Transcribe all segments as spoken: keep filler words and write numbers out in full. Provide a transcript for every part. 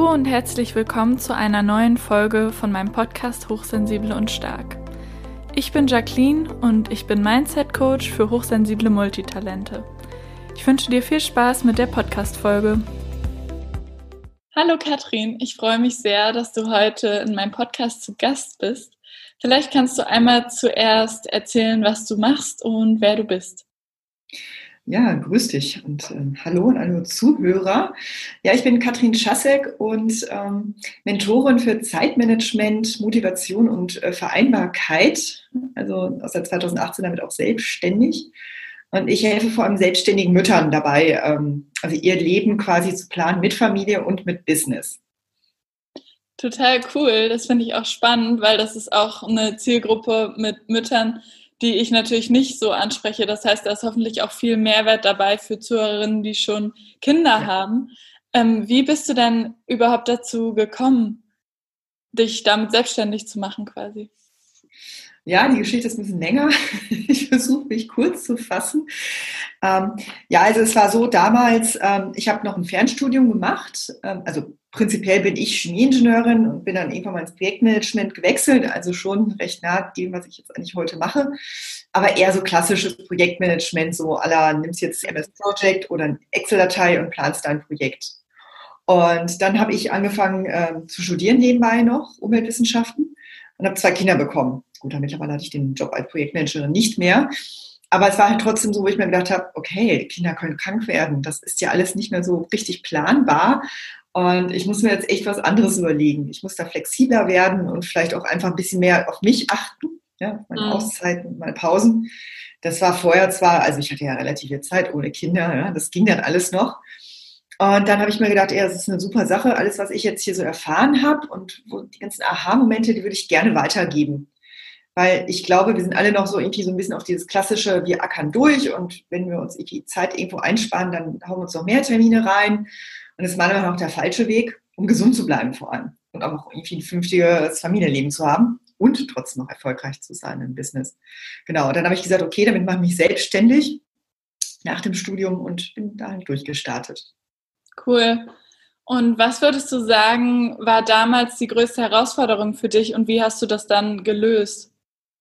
Hallo und herzlich willkommen zu einer neuen Folge von meinem Podcast Hochsensibel und Stark. Ich bin Jacqueline und ich bin Mindset-Coach für hochsensible Multitalente. Ich wünsche dir viel Spaß mit der Podcast-Folge. Hallo Katrin, ich freue mich sehr, dass du heute in meinem Podcast zu Gast bist. Vielleicht kannst du einmal zuerst erzählen, was du machst und wer du bist. Ja, grüß dich und äh, hallo an alle Zuhörer. Ja, ich bin Katrin Schassek und ähm, Mentorin für Zeitmanagement, Motivation und äh, Vereinbarkeit. Also seit zweitausendachtzehn damit auch selbstständig. Und ich helfe vor allem selbstständigen Müttern dabei, ähm, also ihr Leben quasi zu planen mit Familie und mit Business. Total cool, das finde ich auch spannend, weil das ist auch eine Zielgruppe mit Müttern, die ich natürlich nicht so anspreche. Das heißt, da ist hoffentlich auch viel Mehrwert dabei für Zuhörerinnen, die schon Kinder Ja. haben. Ähm, wie bist du denn überhaupt dazu gekommen, dich damit selbstständig zu machen quasi? Ja, die Geschichte ist ein bisschen länger. Ich versuche mich kurz zu fassen. Ähm, ja, also es war so damals, ähm, ich habe noch ein Fernstudium gemacht. Ähm, also prinzipiell bin ich Chemieingenieurin und bin dann irgendwann mal ins Projektmanagement gewechselt, also schon recht nah dem, was ich jetzt eigentlich heute mache. Aber eher so klassisches Projektmanagement, so à la nimmst jetzt M S Project oder eine Excel-Datei und planst dein Projekt. Und dann habe ich angefangen ähm, zu studieren nebenbei noch, Umweltwissenschaften, und habe zwei Kinder bekommen. Gut, dann mittlerweile hatte ich den Job als Projektmanagerin nicht mehr. Aber es war halt trotzdem so, wo ich mir gedacht habe, okay, die Kinder können krank werden. Das ist ja alles nicht mehr so richtig planbar. Und ich muss mir jetzt echt was anderes überlegen. Ich muss da flexibler werden und vielleicht auch einfach ein bisschen mehr auf mich achten. Ja, meine Mhm. Auszeiten, meine Pausen. Das war vorher zwar, also ich hatte ja relativ viel Zeit ohne Kinder. Ja, das ging dann alles noch. Und dann habe ich mir gedacht, ja, das ist eine super Sache. Alles, was ich jetzt hier so erfahren habe und wo die ganzen Aha-Momente, die würde ich gerne weitergeben. Weil ich glaube, wir sind alle noch so irgendwie so ein bisschen auf dieses klassische, wir ackern durch und wenn wir uns irgendwie Zeit irgendwo einsparen, dann hauen wir uns noch mehr Termine rein. Und das ist meiner Meinung nach der falsche Weg, um gesund zu bleiben vor allem. Und auch noch irgendwie ein vernünftiges Familienleben zu haben und trotzdem noch erfolgreich zu sein im Business. Genau, und dann habe ich gesagt, okay, damit mache ich mich selbstständig nach dem Studium und bin dahin durchgestartet. Cool. Und was würdest du sagen, war damals die größte Herausforderung für dich und wie hast du das dann gelöst?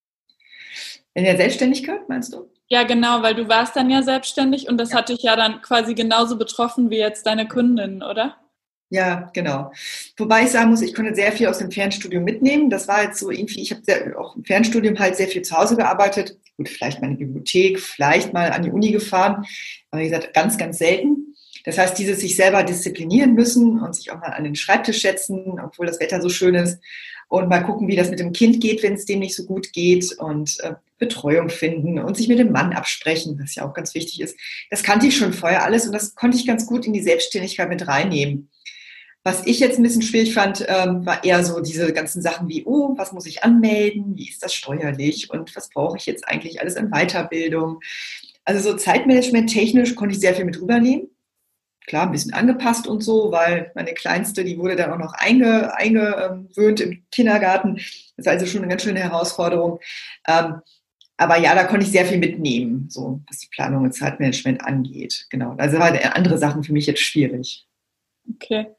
In der Selbstständigkeit, meinst du? Ja, genau, weil du warst dann ja selbstständig und das Ja. hat dich ja dann quasi genauso betroffen wie jetzt deine Kundin, oder? Ja, genau. Wobei ich sagen muss, ich konnte sehr viel aus dem Fernstudium mitnehmen. Das war jetzt so irgendwie, ich habe sehr, auch im Fernstudium halt sehr viel zu Hause gearbeitet. Gut, vielleicht mal in die Bibliothek, vielleicht mal an die Uni gefahren. Aber wie gesagt, ganz, ganz selten. Das heißt, dieses sich selber disziplinieren müssen und sich auch mal an den Schreibtisch setzen, obwohl das Wetter so schön ist. Und mal gucken, wie das mit dem Kind geht, wenn es dem nicht so gut geht. Und äh, Betreuung finden und sich mit dem Mann absprechen, was ja auch ganz wichtig ist. Das kannte ich schon vorher alles und das konnte ich ganz gut in die Selbstständigkeit mit reinnehmen. Was ich jetzt ein bisschen schwierig fand, ähm, war eher so diese ganzen Sachen wie, oh, was muss ich anmelden? Wie ist das steuerlich? Und was brauche ich jetzt eigentlich alles an Weiterbildung? Also so Zeitmanagement technisch konnte ich sehr viel mit rübernehmen. Klar, ein bisschen angepasst und so, weil meine Kleinste, die wurde dann auch noch einge, eingewöhnt im Kindergarten. Das war also schon eine ganz schöne Herausforderung. Ähm, aber ja, da konnte ich sehr viel mitnehmen, so was die Planung und Zeitmanagement angeht. Genau. Also waren andere Sachen für mich jetzt schwierig. Okay.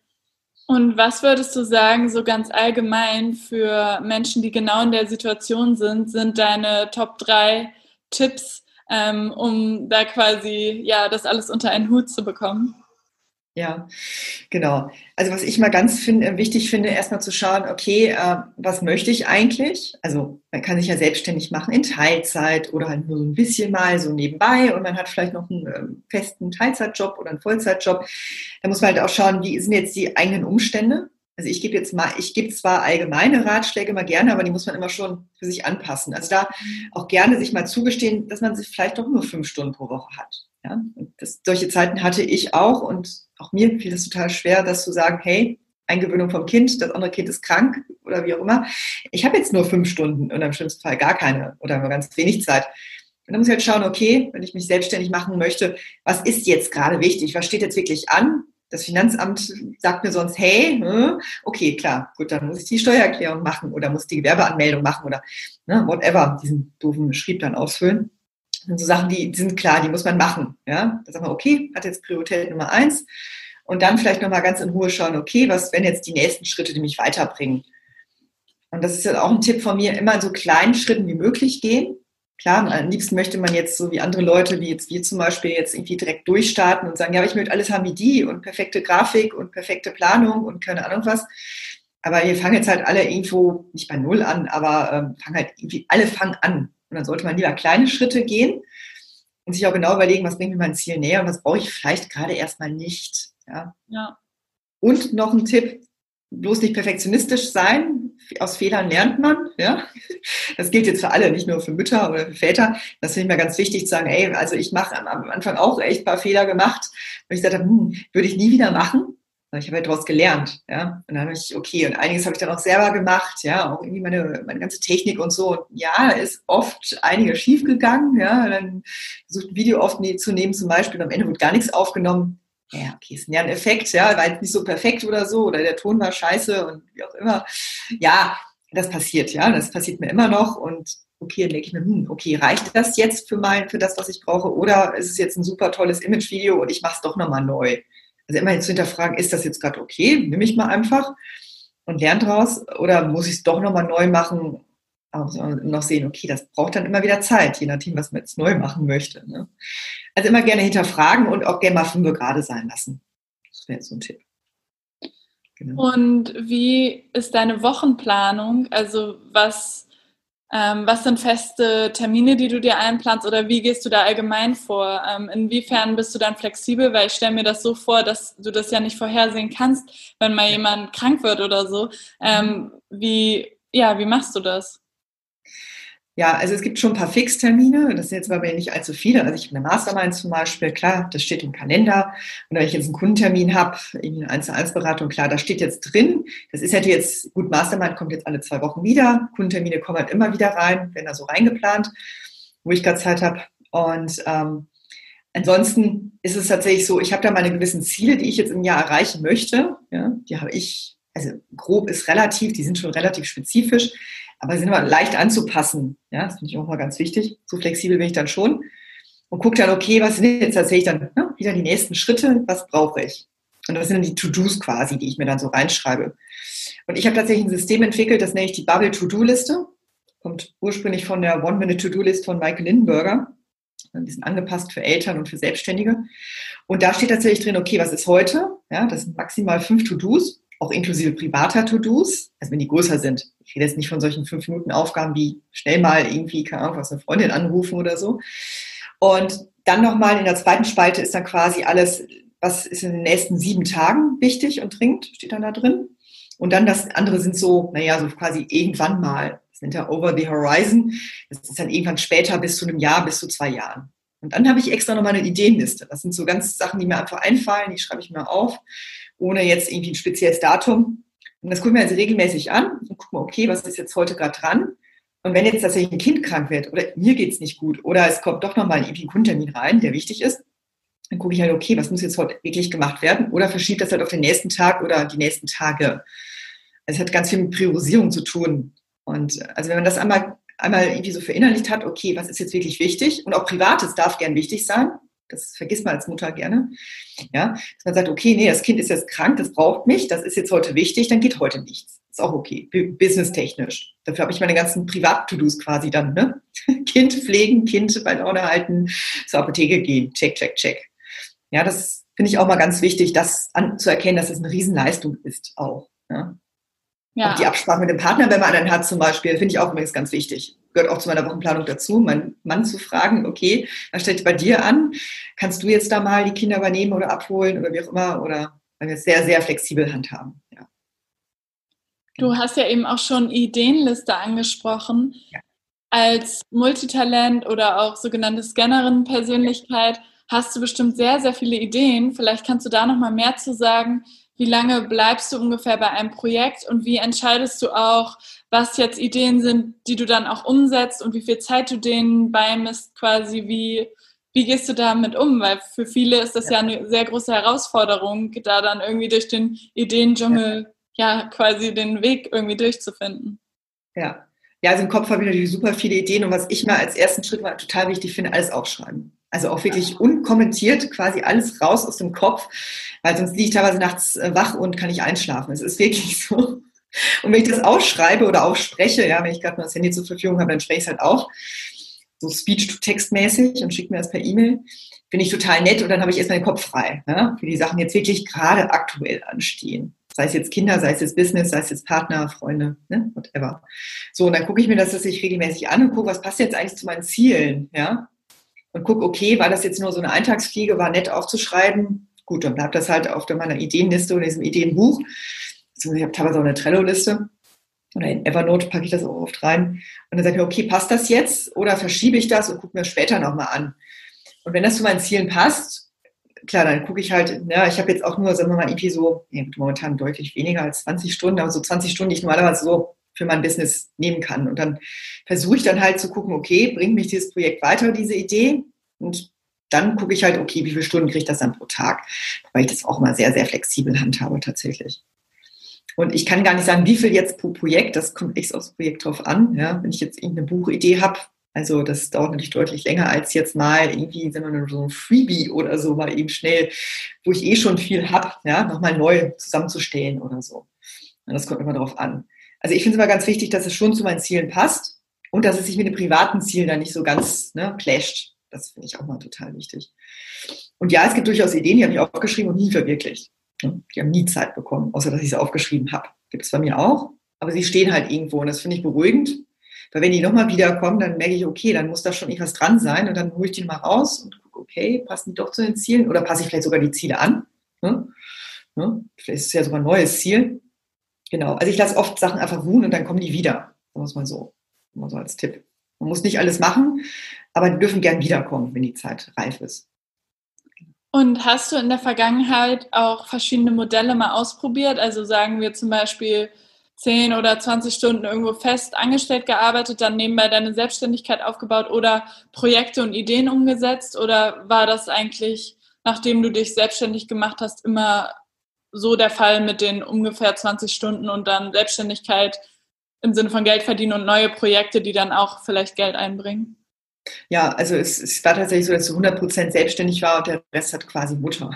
Und was würdest du sagen, so ganz allgemein für Menschen, die genau in der Situation sind, sind deine Top drei Tipps, ähm, um da quasi ja das alles unter einen Hut zu bekommen? Ja, genau. Also was ich mal ganz find, äh, wichtig finde, erstmal zu schauen, okay, äh, was möchte ich eigentlich? Also man kann sich ja selbstständig machen in Teilzeit oder halt nur so ein bisschen mal so nebenbei und man hat vielleicht noch einen äh, festen Teilzeitjob oder einen Vollzeitjob. Da muss man halt auch schauen, wie sind jetzt die eigenen Umstände? Also ich gebe jetzt mal, ich gebe zwar allgemeine Ratschläge mal gerne, aber die muss man immer schon für sich anpassen. Also da auch gerne sich mal zugestehen, dass man sich vielleicht doch nur fünf Stunden pro Woche hat. Ja, und das, solche Zeiten hatte ich auch und auch mir fiel es total schwer, das zu sagen, hey, Eingewöhnung vom Kind, das andere Kind ist krank oder wie auch immer. Ich habe jetzt nur fünf Stunden und im schlimmsten Fall gar keine oder nur ganz wenig Zeit. Und dann muss ich halt schauen, okay, wenn ich mich selbstständig machen möchte, was ist jetzt gerade wichtig? Was steht jetzt wirklich an? Das Finanzamt sagt mir sonst, hey, okay, klar, gut, dann muss ich die Steuererklärung machen oder muss die Gewerbeanmeldung machen oder ne, whatever, diesen doofen Schrieb dann ausfüllen. Das sind so Sachen, die, die sind klar, die muss man machen. Ja? Da sagt man, okay, hat jetzt Priorität Nummer eins und dann vielleicht nochmal ganz in Ruhe schauen, okay, was wären jetzt die nächsten Schritte, die mich weiterbringen? Und das ist ja auch ein Tipp von mir, immer in so kleinen Schritten wie möglich gehen. Klar, am liebsten möchte man jetzt so wie andere Leute, wie jetzt wir zum Beispiel, jetzt irgendwie direkt durchstarten und sagen, ja, aber ich möchte alles haben wie die und perfekte Grafik und perfekte Planung und keine Ahnung was. Aber wir fangen jetzt halt alle irgendwo, nicht bei Null an, aber ähm, fangen halt irgendwie, alle fangen an. Und dann sollte man lieber kleine Schritte gehen und sich auch genau überlegen, was bringt mir mein Ziel näher und was brauche ich vielleicht gerade erstmal nicht. Ja. Ja. Und noch ein Tipp, bloß nicht perfektionistisch sein. Aus Fehlern lernt man. Ja. Das gilt jetzt für alle, nicht nur für Mütter oder für Väter. Das finde ich mir ganz wichtig zu sagen, ey, also ich mache am Anfang auch echt ein paar Fehler gemacht. Und ich gesagt habe, hm, würde ich nie wieder machen. Ich habe halt daraus gelernt, ja. Und dann habe ich, okay, und einiges habe ich dann auch selber gemacht, ja, auch irgendwie meine, meine ganze Technik und so. Und ja, da ist oft einiges schief gegangen, ja. Und dann versucht ein Video aufzunehmen zum Beispiel und am Ende wird gar nichts aufgenommen. Ja, okay, ist ja ein Effekt, ja, war jetzt nicht so perfekt oder so, oder der Ton war scheiße und wie auch immer. Ja, das passiert, ja, das passiert mir immer noch und okay, dann denke ich mir, hm, okay, reicht das jetzt für mein, für das, was ich brauche, oder ist es jetzt ein super tolles Imagevideo und ich mache es doch nochmal neu? Also immer jetzt zu hinterfragen, ist das jetzt gerade okay? Nimm ich mal einfach und lerne draus, oder muss ich es doch nochmal neu machen? Aber noch sehen, okay, das braucht dann immer wieder Zeit, je nachdem, was man jetzt neu machen möchte. Ne? Also immer gerne hinterfragen und auch gerne mal fünf gerade sein lassen. Das wäre jetzt so ein Tipp. Genau. Und wie ist deine Wochenplanung? Also was, ähm, was sind feste Termine, die du dir einplanst, oder wie gehst du da allgemein vor? Ähm, inwiefern bist du dann flexibel? Weil ich stelle mir das so vor, dass du das ja nicht vorhersehen kannst, wenn mal jemand krank wird oder so. Ähm, wie, ja, wie machst du das? Ja, also es gibt schon ein paar Fixtermine, das sind jetzt bei mir nicht allzu viele. Also ich habe eine Mastermind zum Beispiel, klar, das steht im Kalender. Und wenn ich jetzt einen Kundentermin habe, irgendwie eine eins zu eins Beratung, klar, das steht jetzt drin. Das ist halt jetzt, gut, Mastermind kommt jetzt alle zwei Wochen wieder. Kundentermine kommen halt immer wieder rein, werden da so reingeplant, wo ich gerade Zeit habe. Und ähm, ansonsten ist es tatsächlich so, ich habe da meine gewissen Ziele, die ich jetzt im Jahr erreichen möchte. Ja, die habe ich, also grob ist relativ, die sind schon relativ spezifisch. Aber sie sind immer leicht anzupassen. Ja, das finde ich auch mal ganz wichtig. So flexibel bin ich dann schon. Und gucke dann, okay, was sind jetzt tatsächlich dann ne, wieder die nächsten Schritte? Was brauche ich? Und das sind dann die To-Dos quasi, die ich mir dann so reinschreibe. Und ich habe tatsächlich ein System entwickelt, das nenne ich die Bubble To-Do-Liste. Kommt ursprünglich von der One-Minute-To-Do-List von Michael Lindenberger. Die sind angepasst für Eltern und für Selbstständige. Und da steht tatsächlich drin, okay, was ist heute? Ja, das sind maximal fünf To-Dos, auch inklusive privater To-Dos, also wenn die größer sind. Ich rede jetzt nicht von solchen fünf Minuten Aufgaben wie schnell mal irgendwie, keine Ahnung, was eine Freundin anrufen oder so. Und dann nochmal in der zweiten Spalte ist dann quasi alles, was ist in den nächsten sieben Tagen wichtig und dringend, steht dann da drin. Und dann das andere sind so, naja, so quasi irgendwann mal, das nennt er Over the Horizon, das ist dann irgendwann später bis zu einem Jahr, bis zu zwei Jahren. Und dann habe ich extra nochmal eine Ideenliste. Das sind so ganz Sachen, die mir einfach einfallen, die schreibe ich mir auf, ohne jetzt irgendwie ein spezielles Datum. Und das gucken wir also regelmäßig an und gucken, okay, was ist jetzt heute gerade dran? Und wenn jetzt tatsächlich ein Kind krank wird oder mir geht es nicht gut oder es kommt doch nochmal irgendwie ein Kundentermin rein, der wichtig ist, dann gucke ich halt, okay, was muss jetzt heute wirklich gemacht werden? Oder verschiebt das halt auf den nächsten Tag oder die nächsten Tage. Es hat ganz viel mit Priorisierung zu tun. Und also wenn man das einmal, einmal irgendwie so verinnerlicht hat, okay, was ist jetzt wirklich wichtig? Und auch Privates darf gern wichtig sein. Das vergisst man als Mutter gerne. Ja, dass man sagt, okay, nee, das Kind ist jetzt krank, das braucht mich, das ist jetzt heute wichtig, dann geht heute nichts. Ist auch okay, businesstechnisch. Dafür habe ich meine ganzen Privat-To-Dos quasi dann, ne? Kind pflegen, Kind bei Laune halten, zur Apotheke gehen, check, check, check. Ja, das finde ich auch mal ganz wichtig, das anzuerkennen, dass das eine Riesenleistung ist auch. Ja? Ja. Auch die Absprache mit dem Partner, wenn man einen hat zum Beispiel, finde ich auch übrigens ganz wichtig. Gehört auch zu meiner Wochenplanung dazu, meinen Mann zu fragen, okay, was steht bei dir an? Kannst du jetzt da mal die Kinder übernehmen oder abholen oder wie auch immer? Oder weil wir es sehr, sehr flexibel handhaben. Ja. Du hast ja eben auch schon Ideenliste angesprochen. Ja. Als Multitalent oder auch sogenannte Scannerin-Persönlichkeit hast du bestimmt sehr, sehr viele Ideen. Vielleicht kannst du da noch mal mehr zu sagen. Wie lange bleibst du ungefähr bei einem Projekt und wie entscheidest du auch, was jetzt Ideen sind, die du dann auch umsetzt und wie viel Zeit du denen beimisst quasi, wie, wie gehst du damit um? Weil für viele ist das ja eine sehr große Herausforderung, da dann irgendwie durch den Ideendschungel ja quasi den Weg irgendwie durchzufinden. Ja, ja, also im Kopf habe ich natürlich super viele Ideen und was ich mal als ersten Schritt mal total wichtig finde, alles aufschreiben. Also auch wirklich unkommentiert quasi alles raus aus dem Kopf, weil sonst liege ich teilweise nachts wach und kann nicht einschlafen. Es ist wirklich so. Und wenn ich das aufschreibe oder aufspreche, ja, wenn ich gerade mal das Handy zur Verfügung habe, dann spreche ich es halt auf, so Speech-to-Text-mäßig und schicke mir das per E-Mail. Finde ich total nett und dann habe ich erstmal den Kopf frei, ja, für die Sachen jetzt wirklich gerade aktuell anstehen. Sei es jetzt Kinder, sei es jetzt Business, sei es jetzt Partner, Freunde, ne, whatever. So, und dann gucke ich mir das tatsächlich regelmäßig an und gucke, was passt jetzt eigentlich zu meinen Zielen, ja. Und gucke, okay, war das jetzt nur so eine Eintagsfliege, war nett aufzuschreiben? Gut, dann bleibt das halt auf meiner Ideenliste oder diesem Ideenbuch. Also ich habe teilweise auch eine Trello-Liste. Oder in Evernote packe ich das auch oft rein. Und dann sage ich mir, okay, passt das jetzt? Oder verschiebe ich das und gucke mir das später nochmal an? Und wenn das zu meinen Zielen passt, klar, dann gucke ich halt, ja, ich habe jetzt auch nur, sagen wir mal, irgendwie so, ja, momentan deutlich weniger als zwanzig Stunden, aber so zwanzig Stunden, die ich normalerweise so für mein Business nehmen kann. Und dann versuche ich dann halt zu gucken, okay, bringt mich dieses Projekt weiter, diese Idee? Und dann gucke ich halt, okay, wie viele Stunden kriege ich das dann pro Tag? Weil ich das auch mal sehr, sehr flexibel handhabe tatsächlich. Und ich kann gar nicht sagen, wie viel jetzt pro Projekt, das kommt echt aufs Projekt drauf an. Ja, wenn ich jetzt irgendeine Buchidee habe, also das dauert natürlich deutlich länger als jetzt mal irgendwie, sagen wir mal, so ein Freebie oder so mal eben schnell, wo ich eh schon viel habe, ja, nochmal neu zusammenzustellen oder so. Und das kommt immer drauf an. Also ich finde es immer ganz wichtig, dass es schon zu meinen Zielen passt und dass es sich mit den privaten Zielen dann nicht so ganz, ne, clasht. Das finde ich auch mal total wichtig. Und ja, es gibt durchaus Ideen, die habe ich aufgeschrieben und nie verwirklicht. Die haben nie Zeit bekommen, außer dass ich sie aufgeschrieben habe. Gibt es bei mir auch, aber sie stehen halt irgendwo und das finde ich beruhigend. Weil wenn die nochmal wiederkommen, dann merke ich, okay, dann muss da schon irgendwas dran sein und dann hole ich die mal raus und gucke, okay, passen die doch zu den Zielen oder passe ich vielleicht sogar die Ziele an? Ne? Ne? Vielleicht ist es ja sogar ein neues Ziel. Genau, also ich lasse oft Sachen einfach ruhen und dann kommen die wieder. Sagen wir es mal so, mal so als Tipp. Man muss nicht alles machen, aber die dürfen gern wiederkommen, wenn die Zeit reif ist. Und hast du in der Vergangenheit auch verschiedene Modelle mal ausprobiert? Also sagen wir zum Beispiel zehn oder zwanzig Stunden irgendwo fest angestellt gearbeitet, dann nebenbei deine Selbstständigkeit aufgebaut oder Projekte und Ideen umgesetzt? Oder war das eigentlich, nachdem du dich selbstständig gemacht hast, immer so der Fall mit den ungefähr zwanzig Stunden und dann Selbstständigkeit im Sinne von Geld verdienen und neue Projekte, die dann auch vielleicht Geld einbringen? Ja, also es, es war tatsächlich so, dass ich hundert Prozent selbstständig war und der Rest hat quasi Mutter.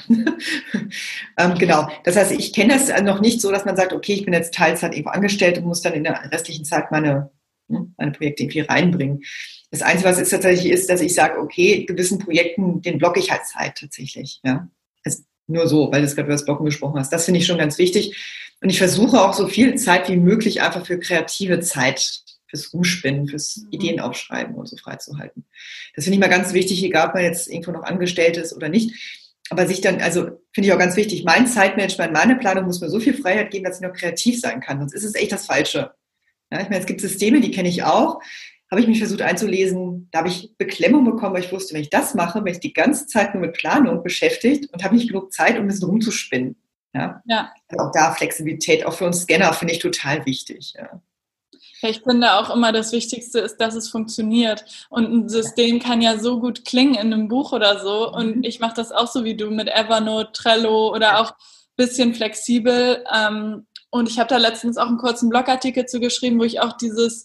ähm, genau. Das heißt, ich kenne das noch nicht so, dass man sagt, okay, ich bin jetzt Teilzeit irgendwo angestellt und muss dann in der restlichen Zeit meine, meine Projekte irgendwie reinbringen. Das Einzige, was ist tatsächlich ist, dass ich sage, okay, gewissen Projekten, den blocke ich halt Zeit tatsächlich. Ja, also nur so, weil du es gerade über das Blocken gesprochen hast. Das finde ich schon ganz wichtig. Und ich versuche auch so viel Zeit wie möglich einfach für kreative Zeit, fürs Rumspinnen, fürs mhm. Ideen aufschreiben und so freizuhalten. Das finde ich mal ganz wichtig, egal ob man jetzt irgendwo noch angestellt ist oder nicht. Aber sich dann, also finde ich auch ganz wichtig, mein Zeitmanagement, meine Planung muss mir so viel Freiheit geben, dass ich noch kreativ sein kann. Sonst ist es echt das Falsche. Ja, ich meine, es gibt Systeme, die kenne ich auch. Habe ich mich versucht einzulesen, da habe ich Beklemmung bekommen, weil ich wusste, wenn ich das mache, bin ich die ganze Zeit nur mit Planung beschäftigt und habe nicht genug Zeit, um ein bisschen rumzuspinnen. Ja? Ja. Also auch da Flexibilität, auch für uns Scanner, finde ich total wichtig. Ja. Ich finde auch immer, das Wichtigste ist, dass es funktioniert. Und ein System kann ja so gut klingen in einem Buch oder so. Und ich mache das auch so wie du mit Evernote, Trello oder auch ein bisschen flexibel. Und ich habe da letztens auch einen kurzen Blogartikel zu geschrieben, wo ich auch dieses,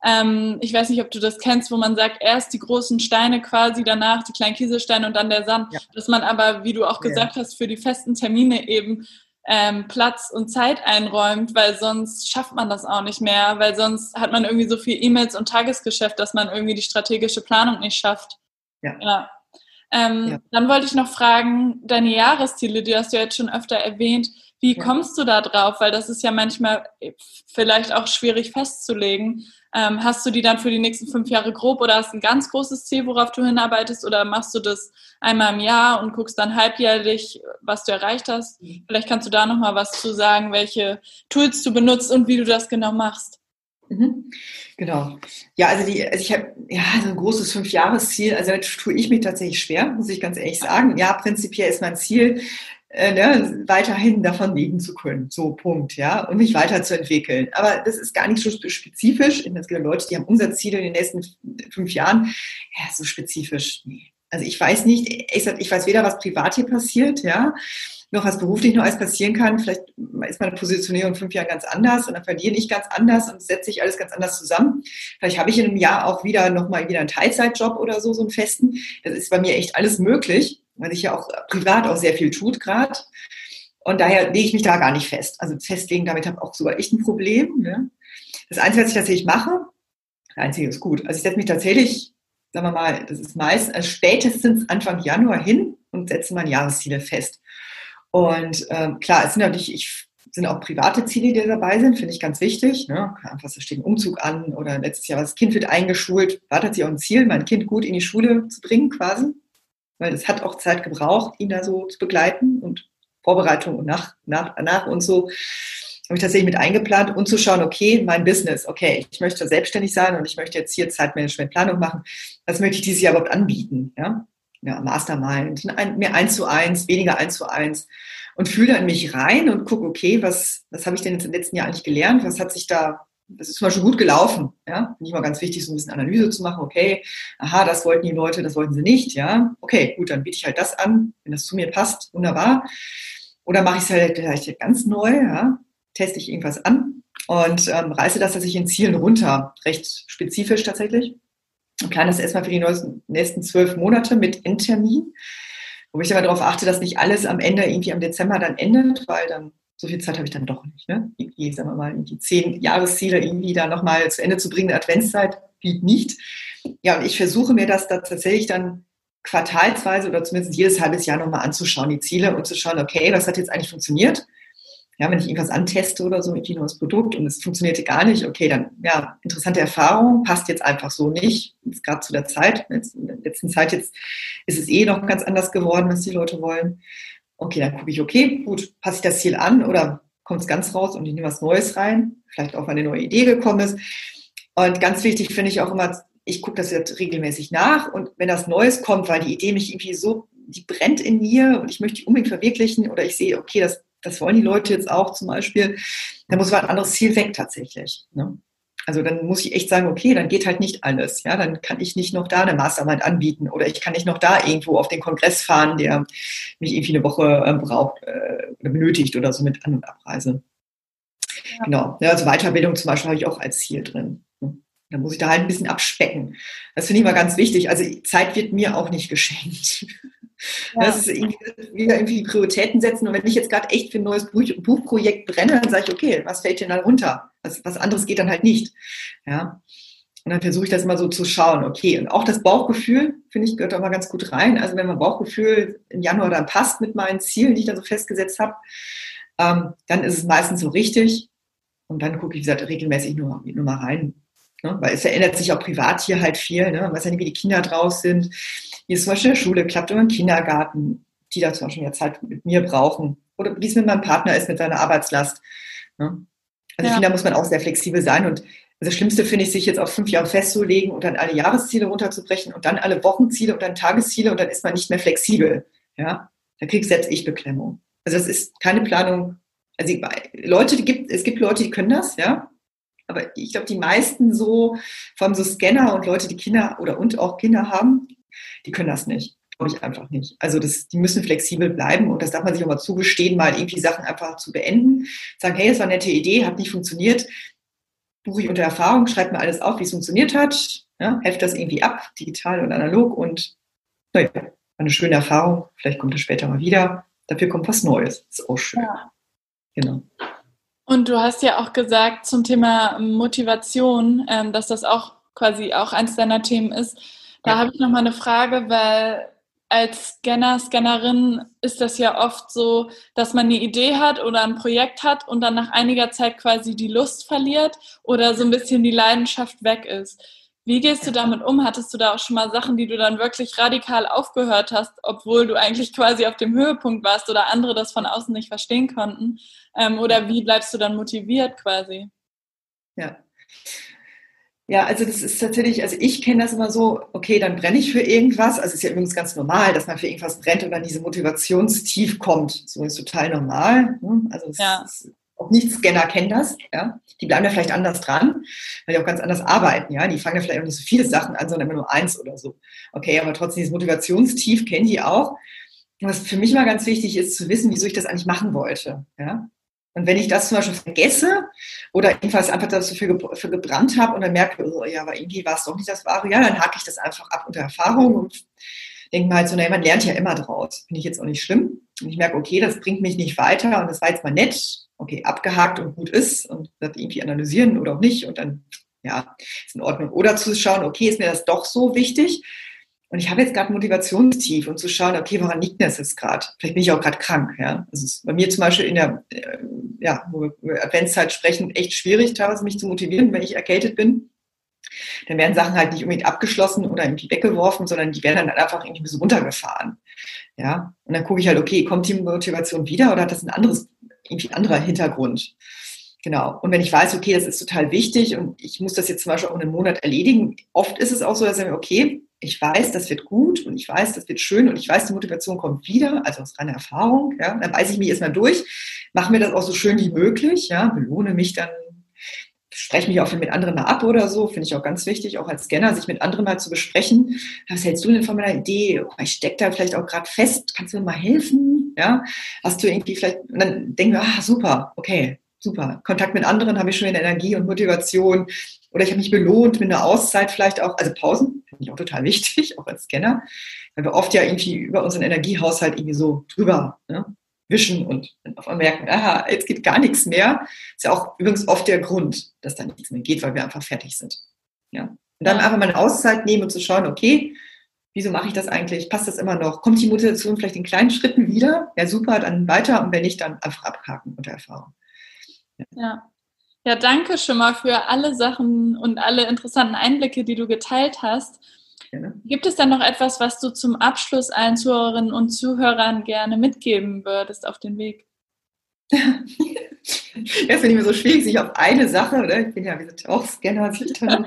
ich weiß nicht, ob du das kennst, wo man sagt, erst die großen Steine quasi, danach die kleinen Kieselsteine und dann der Sand. Ja. Dass man aber, wie du auch gesagt ja. hast, für die festen Termine eben Ähm, Platz und Zeit einräumt, weil sonst schafft man das auch nicht mehr, weil sonst hat man irgendwie so viel E-Mails und Tagesgeschäft, dass man irgendwie die strategische Planung nicht schafft. Ja. Ja. Ähm, ja. Dann wollte ich noch fragen, deine Jahresziele, die hast du jetzt schon öfter erwähnt, wie ja. kommst du da drauf? Weil das ist ja manchmal vielleicht auch schwierig festzulegen. Ähm, hast du die dann für die nächsten fünf Jahre grob oder hast du ein ganz großes Ziel, worauf du hinarbeitest, oder machst du das einmal im Jahr und guckst dann halbjährlich, was du erreicht hast? Mhm. Vielleicht kannst du da nochmal was zu sagen, welche Tools du benutzt und wie du das genau machst. Mhm. Genau. Ja, also, die, also ich habe ja so ein großes Fünfjahresziel, also da tue ich mich tatsächlich schwer, muss ich ganz ehrlich sagen. Ja, prinzipiell ist mein Ziel, äh, ne, weiterhin davon leben zu können, so Punkt, ja, und mich weiterzuentwickeln. Aber das ist gar nicht so spezifisch. Es gibt Leute, die haben Umsatzziele in den nächsten fünf Jahren. Ja, so spezifisch, nee. Also ich weiß nicht, ich, ich weiß weder, was privat hier passiert, ja, noch was beruflich noch alles passieren kann. Vielleicht ist meine Positionierung in fünf Jahren ganz anders und dann verdiene ich ganz anders und setze sich alles ganz anders zusammen. Vielleicht habe ich in einem Jahr auch wieder nochmal wieder einen Teilzeitjob oder so, so einen festen. Das ist bei mir echt alles möglich, weil sich ja auch privat auch sehr viel tut gerade. Und daher lege ich mich da gar nicht fest. Also festlegen, damit habe ich auch sogar echt ein Problem. Ne? Das Einzige, was ich tatsächlich mache, das Einzige ist gut. Also ich setze mich tatsächlich, sagen wir mal, das ist meist, also spätestens Anfang Januar hin und setze meine Jahresziele fest. Und ähm, klar, es sind natürlich, ich, sind auch private Ziele, die dabei sind, finde ich ganz wichtig. Ne? Was, da steht ein Umzug an oder letztes Jahr war das Kind wird eingeschult. War tatsächlich auch ein Ziel, mein Kind gut in die Schule zu bringen quasi. Weil es hat auch Zeit gebraucht, ihn da so zu begleiten und Vorbereitung und nach, nach, nach und so. Habe ich tatsächlich mit eingeplant und zu schauen, okay, mein Business, okay, ich möchte selbstständig sein und ich möchte jetzt hier Zeitmanagement-Planung machen. Was möchte ich dieses Jahr überhaupt anbieten? Ja, ja Mastermind, ein, mehr eins zu eins, weniger eins zu eins und fühle in mich rein und gucke, okay, was, was habe ich denn jetzt im letzten Jahr eigentlich gelernt? Was hat sich da, das ist zum Beispiel gut gelaufen, ja? Finde ich mal ganz wichtig, so ein bisschen Analyse zu machen, okay, aha, das wollten die Leute, das wollten sie nicht, ja, okay, gut, dann biete ich halt das an, wenn das zu mir passt, wunderbar. Oder mache ich es halt vielleicht ganz neu, ja? Teste ich irgendwas an und ähm, reiße das tatsächlich in Zielen runter, recht spezifisch tatsächlich. Und plane das erstmal für die neuesten, nächsten zwölf Monate mit Endtermin, wo ich aber darauf achte, dass nicht alles am Ende irgendwie am Dezember dann endet, weil dann so viel Zeit habe ich dann doch nicht. Ne? Irgendwie, sagen wir mal, die zehn Jahresziele irgendwie da nochmal zu Ende zu bringen, eine Adventszeit geht nicht. Ja, und ich versuche mir das da tatsächlich dann quartalsweise oder zumindest jedes halbes Jahr nochmal anzuschauen, die Ziele und zu schauen, okay, was hat jetzt eigentlich funktioniert? Ja, wenn ich irgendwas anteste oder so, irgendwie neues Produkt und es funktionierte gar nicht, okay, dann, ja, interessante Erfahrung, passt jetzt einfach so nicht, jetzt gerade zu der Zeit, jetzt, in der letzten Zeit jetzt ist es eh noch ganz anders geworden, was die Leute wollen. Okay, dann gucke ich, okay, gut, passe ich das Ziel an oder kommt es ganz raus und ich nehme was Neues rein, vielleicht auch, weil eine neue Idee gekommen ist. Und ganz wichtig finde ich auch immer, ich gucke das jetzt regelmäßig nach und wenn das Neues kommt, weil die Idee mich irgendwie so, die brennt in mir und ich möchte die unbedingt verwirklichen oder ich sehe, okay, das Das wollen die Leute jetzt auch zum Beispiel. Da muss ein anderes Ziel weg tatsächlich. Ne? Also dann muss ich echt sagen, okay, dann geht halt nicht alles. Ja, dann kann ich nicht noch da eine Mastermind anbieten oder ich kann nicht noch da irgendwo auf den Kongress fahren, der mich irgendwie eine Woche äh, braucht äh, oder benötigt oder so mit An- und Abreise. Ja. Genau. Ja, also Weiterbildung zum Beispiel habe ich auch als Ziel drin. Ne? Da muss ich da halt ein bisschen abspecken. Das finde ich mal ganz wichtig. Also Zeit wird mir auch nicht geschenkt. Ja. Das ist irgendwie, wieder irgendwie Prioritäten setzen. Und wenn ich jetzt gerade echt für ein neues Buch, Buchprojekt brenne, dann sage ich, okay, was fällt denn da runter? Was, was anderes geht dann halt nicht. Ja. Und dann versuche ich das immer so zu schauen. Okay, und auch das Bauchgefühl, finde ich, gehört da mal ganz gut rein. Also wenn mein Bauchgefühl im Januar dann passt mit meinen Zielen, die ich dann so festgesetzt habe, ähm, dann ist es meistens so richtig. Und dann gucke ich, wie gesagt, regelmäßig nur, nur mal rein. Ne? Weil es verändert sich auch privat hier halt viel. Ne? Man weiß ja nicht, wie die Kinder draus sind. Wie es zum Beispiel in der Schule klappt oder im Kindergarten, die da zum Beispiel mehr Zeit mit mir brauchen. Oder wie es mit meinem Partner ist, mit seiner Arbeitslast. Ne? Also ja. Kinder muss man auch sehr flexibel sein. Und das Schlimmste finde ich, sich jetzt auf fünf Jahre festzulegen und dann alle Jahresziele runterzubrechen und dann alle Wochenziele und dann Tagesziele und dann ist man nicht mehr flexibel. Ja? Da kriege selbst ich Beklemmung. Also das ist keine Planung. Also Leute, die gibt, es gibt Leute, die können das, ja. Aber ich glaube, die meisten so, vor allem so Scanner und Leute, die Kinder oder und auch Kinder haben, die können das nicht. Glaube ich einfach nicht. Also das, die müssen flexibel bleiben und das darf man sich auch mal zugestehen, mal irgendwie Sachen einfach zu beenden. Sagen, hey, das war eine nette Idee, hat nicht funktioniert. Buche ich unter Erfahrung, schreibe mir alles auf, wie es funktioniert hat. Ja, heft das irgendwie ab, digital und analog und naja, eine schöne Erfahrung. Vielleicht kommt es später mal wieder. Dafür kommt was Neues. Das ist auch schön. Ja. Genau. Und du hast ja auch gesagt zum Thema Motivation, ähm, dass das auch quasi auch eins deiner Themen ist. Da ja. habe ich nochmal eine Frage, weil als Scanner, Scannerin ist das ja oft so, dass man eine Idee hat oder ein Projekt hat und dann nach einiger Zeit quasi die Lust verliert oder so ein bisschen die Leidenschaft weg ist. Wie gehst du damit um? Hattest du da auch schon mal Sachen, die du dann wirklich radikal aufgehört hast, obwohl du eigentlich quasi auf dem Höhepunkt warst oder andere das von außen nicht verstehen konnten? Ähm, oder wie bleibst du dann motiviert quasi? Ja. Ja, also das ist tatsächlich, also ich kenne das immer so, okay, dann brenne ich für irgendwas. Also es ist ja übrigens ganz normal, dass man für irgendwas brennt und dann diese Motivationstief kommt. So ist total normal. Also es ja. ist, auch Nicht-Scanner kennen das, ja. Die bleiben ja vielleicht anders dran, weil die auch ganz anders arbeiten, ja. Die fangen ja vielleicht auch nicht so viele Sachen an, sondern immer nur eins oder so. Okay, aber trotzdem dieses Motivationstief kennen die auch. was für mich mal ganz wichtig ist, zu wissen, wieso ich das eigentlich machen wollte. Ja? Und wenn ich das zum Beispiel vergesse oder jedenfalls einfach dafür ge- für gebrannt habe und dann merke, oh, ja, aber irgendwie war es doch nicht das Wahre, ja, dann hake ich das einfach ab unter Erfahrung und denke mir halt so, naja, man lernt ja immer draus. Finde ich jetzt auch nicht schlimm. Und ich merke, okay, das bringt mich nicht weiter und das war jetzt mal nett. Okay, abgehakt und gut ist und das irgendwie analysieren oder auch nicht und dann, ja, ist in Ordnung. Oder zu schauen, okay, ist mir das doch so wichtig? Und ich habe jetzt gerade Motivationstief und zu schauen, okay, woran liegt das jetzt gerade? Vielleicht bin ich auch gerade krank. Ja? Das ist bei mir zum Beispiel in der, äh, ja, wo wir über Adventszeit sprechen, echt schwierig, teilweise mich zu motivieren, wenn ich erkältet bin. Dann werden Sachen halt nicht unbedingt abgeschlossen oder irgendwie weggeworfen, sondern die werden dann einfach irgendwie ein bisschen runtergefahren. Ja? Und dann gucke ich halt, okay, kommt die Motivation wieder oder hat das ein anderes, irgendwie anderer Hintergrund? Genau. Und wenn ich weiß, okay, das ist total wichtig und ich muss das jetzt zum Beispiel auch in einem Monat erledigen, oft ist es auch so, dass ich sage, okay, ich weiß, das wird gut und ich weiß, das wird schön und ich weiß, die Motivation kommt wieder, also aus reiner Erfahrung, ja, dann weiß ich mich erstmal durch, mache mir das auch so schön wie möglich, ja, belohne mich dann, spreche mich auch mit anderen mal ab oder so, finde ich auch ganz wichtig, auch als Scanner, sich mit anderen mal zu besprechen. Was hältst du denn von meiner Idee? Oh, ich stecke da vielleicht auch gerade fest, kannst du mir mal helfen? Ja, hast du irgendwie vielleicht, und dann denken wir, ah, super, okay, super. Kontakt mit anderen habe ich schon in Energie und Motivation. Oder ich habe mich belohnt mit einer Auszeit vielleicht auch. Also Pausen finde ich auch total wichtig, auch als Scanner. Weil wir oft ja irgendwie über unseren Energiehaushalt irgendwie so drüber, ne, wischen und auf einmal merken, aha, jetzt geht gar nichts mehr. Ist ja auch übrigens oft der Grund, dass da nichts mehr geht, weil wir einfach fertig sind. Ja. Und dann einfach mal eine Auszeit nehmen und zu schauen, okay, wieso mache ich das eigentlich? Passt das immer noch? Kommt die Motivation vielleicht in kleinen Schritten wieder? Ja, super, dann weiter. Und wenn nicht, dann einfach abhaken unter Erfahrung. Ja. Ja, danke schon mal für alle Sachen und alle interessanten Einblicke, die du geteilt hast. Gerne. Gibt es dann noch etwas, was du zum Abschluss allen Zuhörerinnen und Zuhörern gerne mitgeben würdest auf den Weg? Das finde ich mir so schwierig, sich auf eine Sache, oder? Ich bin ja, wie gesagt, auch Scanner, sich dann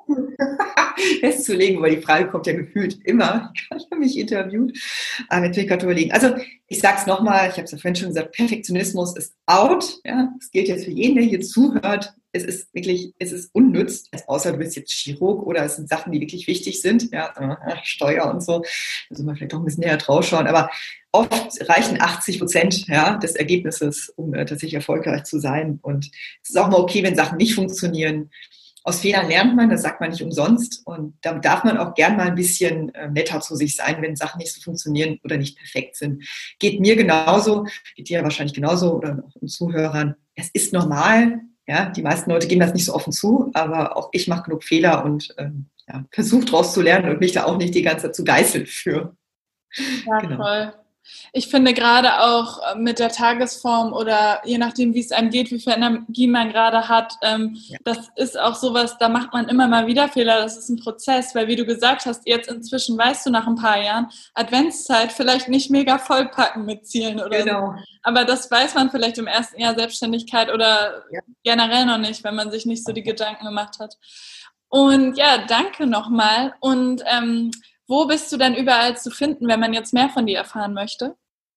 festzulegen, weil die Frage kommt ja gefühlt immer. Ich habe mich interviewt. Aber jetzt will ich gerade überlegen. Also, ich sage es nochmal, ich habe es ja vorhin schon gesagt, Perfektionismus ist out. Ja, das gilt jetzt für jeden, der hier zuhört. Es ist wirklich, es ist unnütz, außer du bist jetzt Chirurg oder es sind Sachen, die wirklich wichtig sind, ja, Steuer und so. Da muss man vielleicht doch ein bisschen näher drauf schauen. Aber oft reichen achtzig Prozent, ja, des Ergebnisses, um äh, tatsächlich erfolgreich zu sein. Und es ist auch mal okay, wenn Sachen nicht funktionieren. Aus Fehlern lernt man, das sagt man nicht umsonst. Und da darf man auch gern mal ein bisschen äh, netter zu sich sein, wenn Sachen nicht so funktionieren oder nicht perfekt sind. Geht mir genauso, geht dir wahrscheinlich genauso oder auch den Zuhörern. Es ist normal. Ja, die meisten Leute geben das nicht so offen zu, aber auch ich mache genug Fehler und ähm, ja, versuche daraus zu lernen und mich da auch nicht die ganze Zeit zu geißeln für. Ja, genau. Toll. Ich finde gerade auch mit der Tagesform oder je nachdem, wie es einem geht, wie viel Energie man gerade hat, ähm, ja. Das ist auch sowas, da macht man immer mal wieder Fehler, das ist ein Prozess, weil wie du gesagt hast, jetzt inzwischen weißt du nach ein paar Jahren, Adventszeit vielleicht nicht mega vollpacken mit Zielen oder genau. So. Aber das weiß man vielleicht im ersten Jahr Selbstständigkeit oder ja. Generell noch nicht, wenn man sich nicht so die Gedanken gemacht hat. Und ja, danke nochmal und ähm, wo bist du denn überall zu finden, wenn man jetzt mehr von dir erfahren möchte?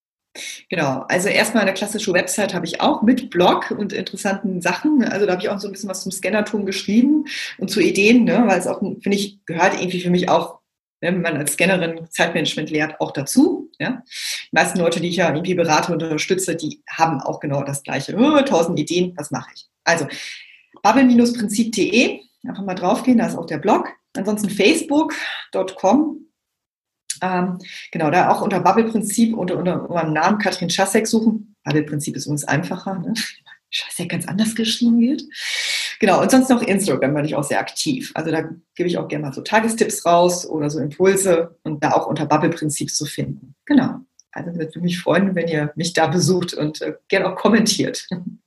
Genau, also erstmal eine klassische Website habe ich auch mit Blog und interessanten Sachen. Also da habe ich auch so ein bisschen was zum Scannertum geschrieben und zu Ideen, ne, weil es auch, finde ich, gehört irgendwie für mich auch, ne, wenn man als Scannerin Zeitmanagement lehrt, auch dazu. Ja. Die meisten Leute, die ich ja irgendwie berate und unterstütze, die haben auch genau das Gleiche. Oh, tausend Ideen, was mache ich? Also bubble Bindestrich prinzip punkt de, einfach mal draufgehen, da ist auch der Blog. Ansonsten facebook punkt com. Ähm, genau, da auch unter Bubble-Prinzip unter, unter, unter meinem Namen Katrin Schassek suchen. Bubble-Prinzip ist uns einfacher, ne? Schassek ganz anders geschrieben wird. Genau, und sonst noch Instagram, bin ich auch sehr aktiv. Also da gebe ich auch gerne mal so Tagestipps raus oder so Impulse und da auch unter Bubble-Prinzip zu finden. Genau, also würde mich freuen, wenn ihr mich da besucht und äh, gerne auch kommentiert.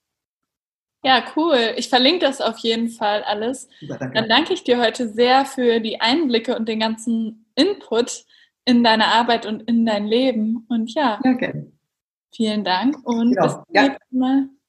Ja, cool. Ich verlinke das auf jeden Fall alles. Ja, danke. Dann danke ich dir heute sehr für die Einblicke und den ganzen Input in deine Arbeit und in dein Leben. Und ja, ja, gerne. Vielen Dank und genau. bis zum ja. nächsten Mal.